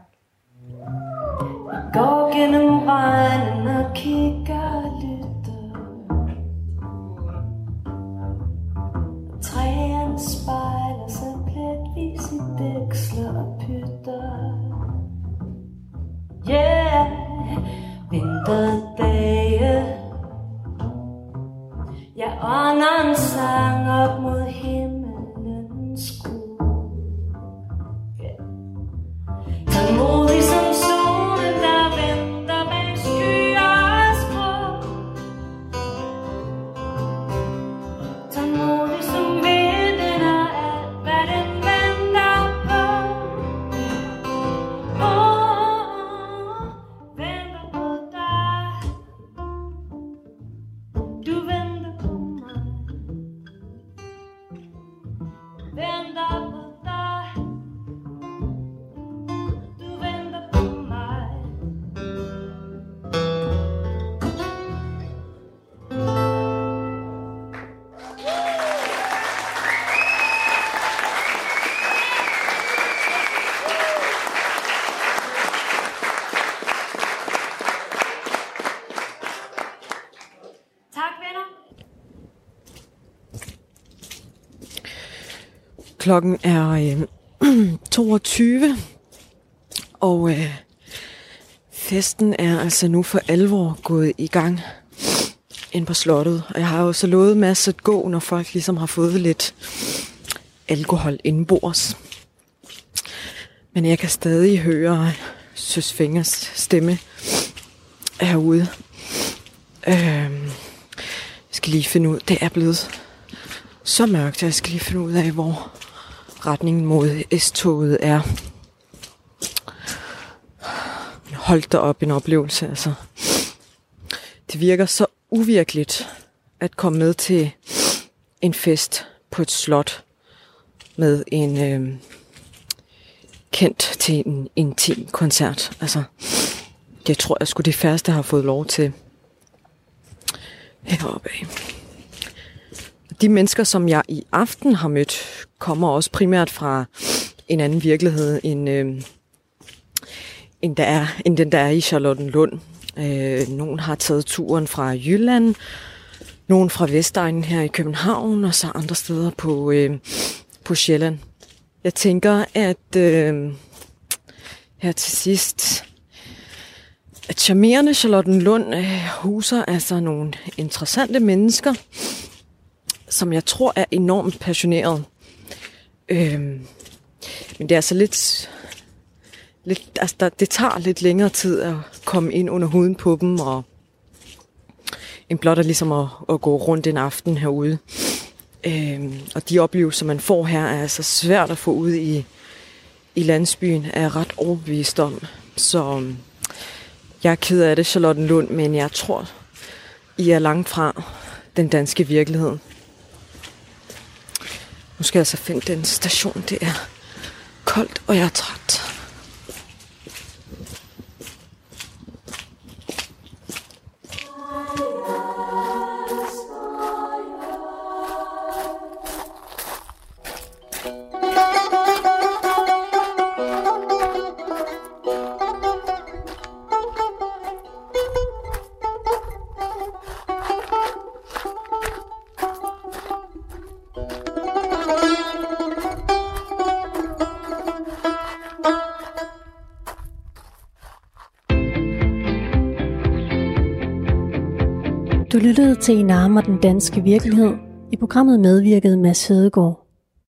Går gennem regnen og kigger lidt. Træerne spejler sig pletvis i dæksler og pytter. Yeah, vinterdage. Jeg ånder en sang op mod himmelens skud. Yeah. Tålmodig som solen, der venter bag skyer og skrå. Tålmodig som vinden og alt, hvad den venter på. Oh, venter på dig. Du venter på mig. Venter på dig. Du venter på mig. Tak, venner. Klokken er øh, toogtyve, og øh, festen er altså nu for alvor gået i gang ind på slottet. Og jeg har jo så lovet Mads at gå, når folk ligesom har fået lidt alkohol indenbords. Men jeg kan stadig høre Søs Fingers stemme herude. Øh, jeg skal lige finde ud, det er blevet så mørkt, jeg skal lige finde ud af, hvor retningen mod S-toget er. Hold da op en oplevelse, altså. Det virker så uvirkeligt at komme med til en fest på et slot med en øh, kendt til en intim koncert. Altså, det tror jeg sgu de færreste har fået lov til heroppe af. De mennesker, som jeg i aften har mødt, kommer også primært fra en anden virkelighed, end, øh, end, der er, end den, der er i Charlottenlund. Øh, nogen har taget turen fra Jylland, nogen fra Vestegnen her i København, og så andre steder på, øh, på Sjælland. Jeg tænker, at øh, her til sidst, at charmerende Charlottenlund øh, huser altså nogle interessante mennesker, som jeg tror er enormt passioneret. Øhm, men det er altså lidt, lidt altså der, det tager lidt længere tid at komme ind under huden på dem, og en blot er ligesom at, at gå rundt en aften herude. Øhm, og de oplevelser, man får her, er altså svært at få ud i, i landsbyen, er jeg ret overbevist om. Så jeg er ked af det, Charlottenlund, men jeg tror, I er langt fra den danske virkelighed. Nu skal jeg altså finde den station. Det er koldt, og jeg er træt. Du lyttede til I nærmer den danske virkelighed, I programmet medvirkede Mads Hedegaard,